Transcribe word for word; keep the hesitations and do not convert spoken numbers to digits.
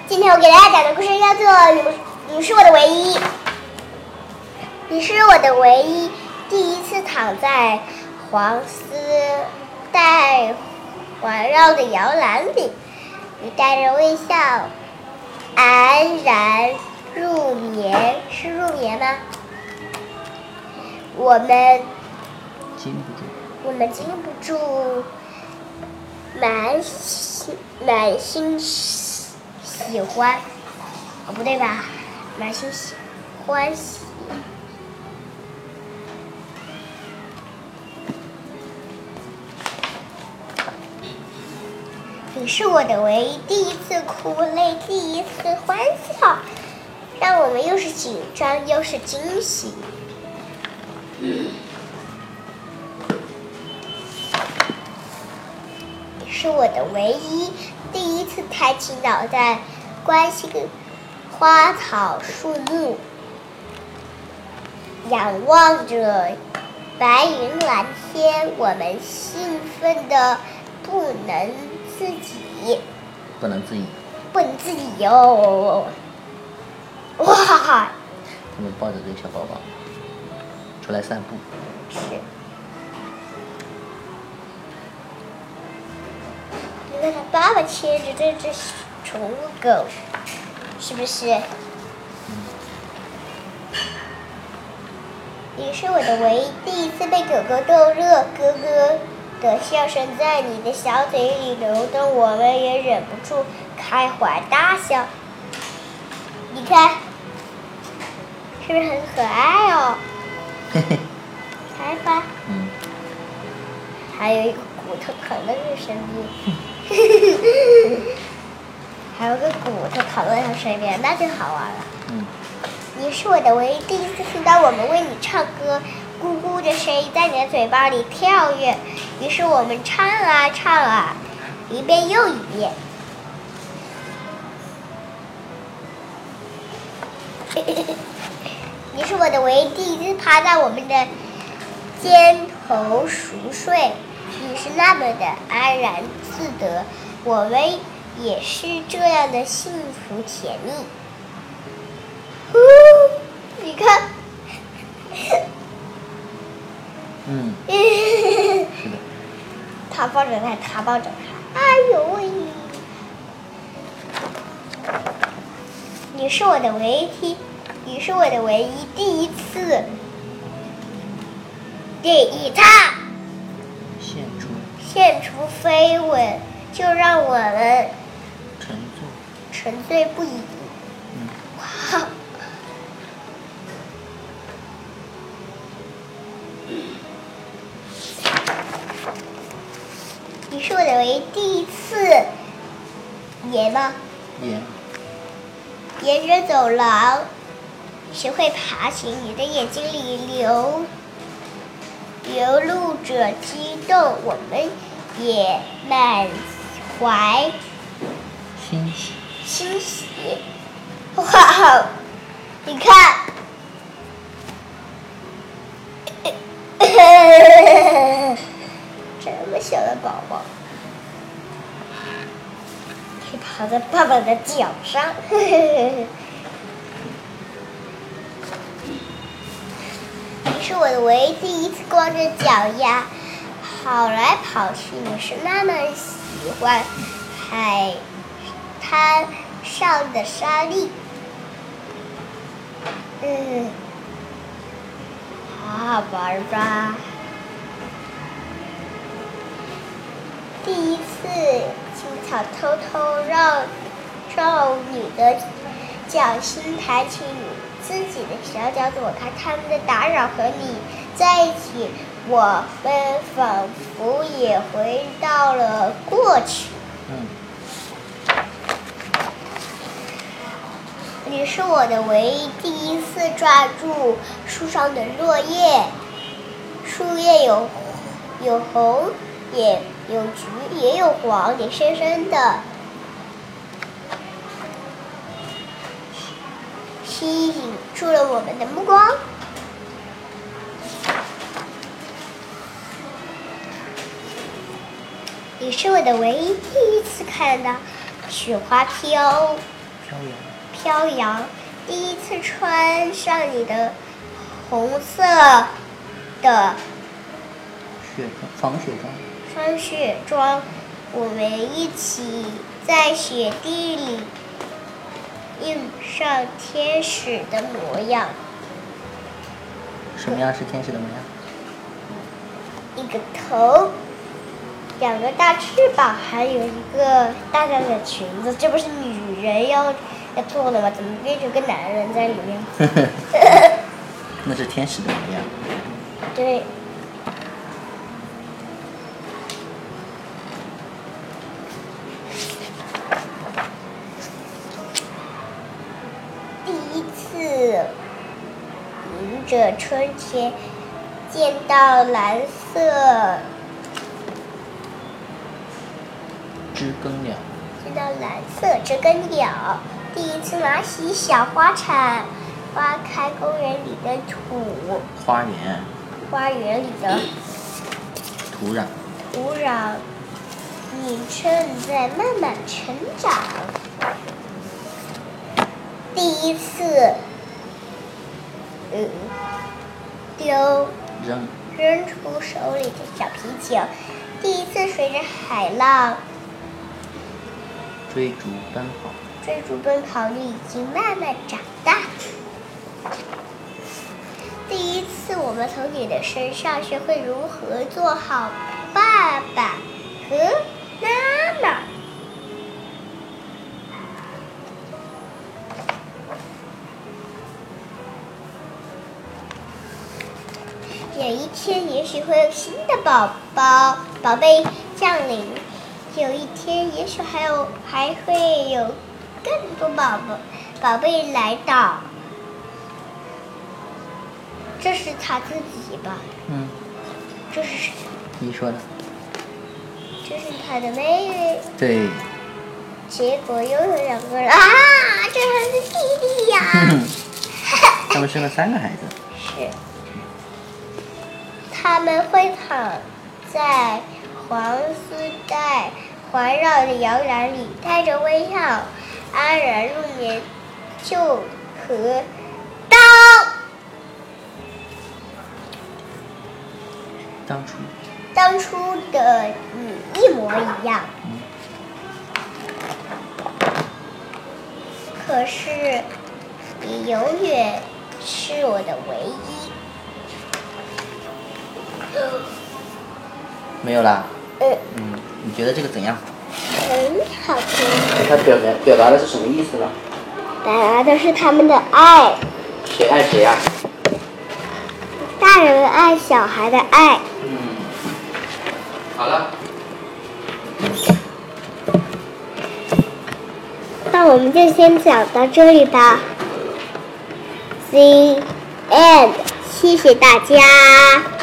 今天我给大家讲的故事叫做《你你是我的唯一》。你是我的唯一，第一次躺在黄丝带环绕的摇篮里，你带着微笑安然入眠。是入眠吗？我们禁不住， 我们禁不住满心满心喜欢，哦不对吧？满心喜欢喜。你是我的唯一，第一次哭泪，第一次欢笑，让我们又是紧张又是惊喜。你是我的唯一，第一次抬起脑袋，关心花草树木，仰望着白云蓝天，我们兴奋的不能自己， 不能自已。 不能自己哟！哇！ 他们抱着这个小宝宝出来散步。 是。你看他爸爸牵着这只宠物狗，是不是？你是我的唯一，第一次被狗狗逗乐，咯咯的笑声在你的小嘴里流动，我们也忍不住开怀大笑。你看，是不是很可爱哦？ 嘿嘿。 来吧。 嗯。 还有一个骨头躺在你身边，还有个骨头躺在他身边，那就好玩了。 嗯。你是我的唯一，第一次听到我们为你唱歌，咕咕的声音在你的嘴巴里跳跃。于是我们唱啊唱啊，一遍又一遍。你是我的唯一，第一次趴在我们的肩头熟睡。你是那么的安然自得，我们也是这样的幸福甜蜜。呼，你看， 嗯，是的。 他抱着他，他抱着他，哎呦喂！你是我的唯一，你是我的唯一，第一次，第一次献出献出飞吻，就让我们沉醉沉醉不已。 嗯， 哇！你是我的唯一，第一次沿吗？ 沿沿着走廊，学会爬行，你的眼睛里流流露着激动，我们也满怀欣喜欣喜。哇！你看。这么小的宝宝，可以爬在爸爸的脚上。你是我的唯一，第一次光着脚丫跑来跑去，你是那么喜欢海滩上的沙粒。嗯，好好玩吧。第一次青草偷偷绕绕你的脚心，抬起你自己的小脚，躲开他们的打扰，和你在一起，我们仿佛也回到了过去。 嗯。 你是我的唯一，第一次抓住树上的落叶，树叶有有红，也有橘，也有黄，也深深的吸引住了我们的目光。你是我的唯一，第一次看到雪花飘飘扬。 飘扬，第一次穿上你的红色的雪装，防雪装。 防雪装，我们一起在雪地里印上天使的模样。 什么样是天使的模样？ 一个头，两个大翅膀，还有一个大大的裙子。这不是女人要要做的吗？怎么变成个男人在里面？ 那是天使的模样。 对。第一次迎着春天见到蓝色知更鸟。 见到蓝色知更鸟，第一次拿起小花铲，挖开公园里的土。 花园。 花园里的土壤。 土壤，你正在慢慢成长。第一次，嗯，丢扔扔出手里的小皮球，第一次随着海浪追逐奔跑。 追逐奔跑，你已经慢慢长大。第一次，我们从你的身上学会如何做好爸爸和妈妈。有一天，也许会有新的宝宝宝贝降临。有一天，也许还有还会有更多宝宝宝贝来到。这是他自己吧？ 嗯。 这是谁？ 你说的。 这是他的妹妹。 对。 结果又有两个人啊！这还是弟弟呀！ 他们生了三个孩子。 是。他们会躺在黄丝带环绕的摇篮里，带着微笑，安然入眠，就和当当初当初的你一模一样。 嗯。 可是你永远是我的唯一。 没有啦。 嗯。 嗯，你觉得这个怎样？ 很好听。 它表达表达的是什么意思呢？ 表达的是他们的爱。 谁爱谁呀？ 大人爱小孩的爱。 嗯。好了。 那我们就先讲到这里吧。The end， 谢谢大家。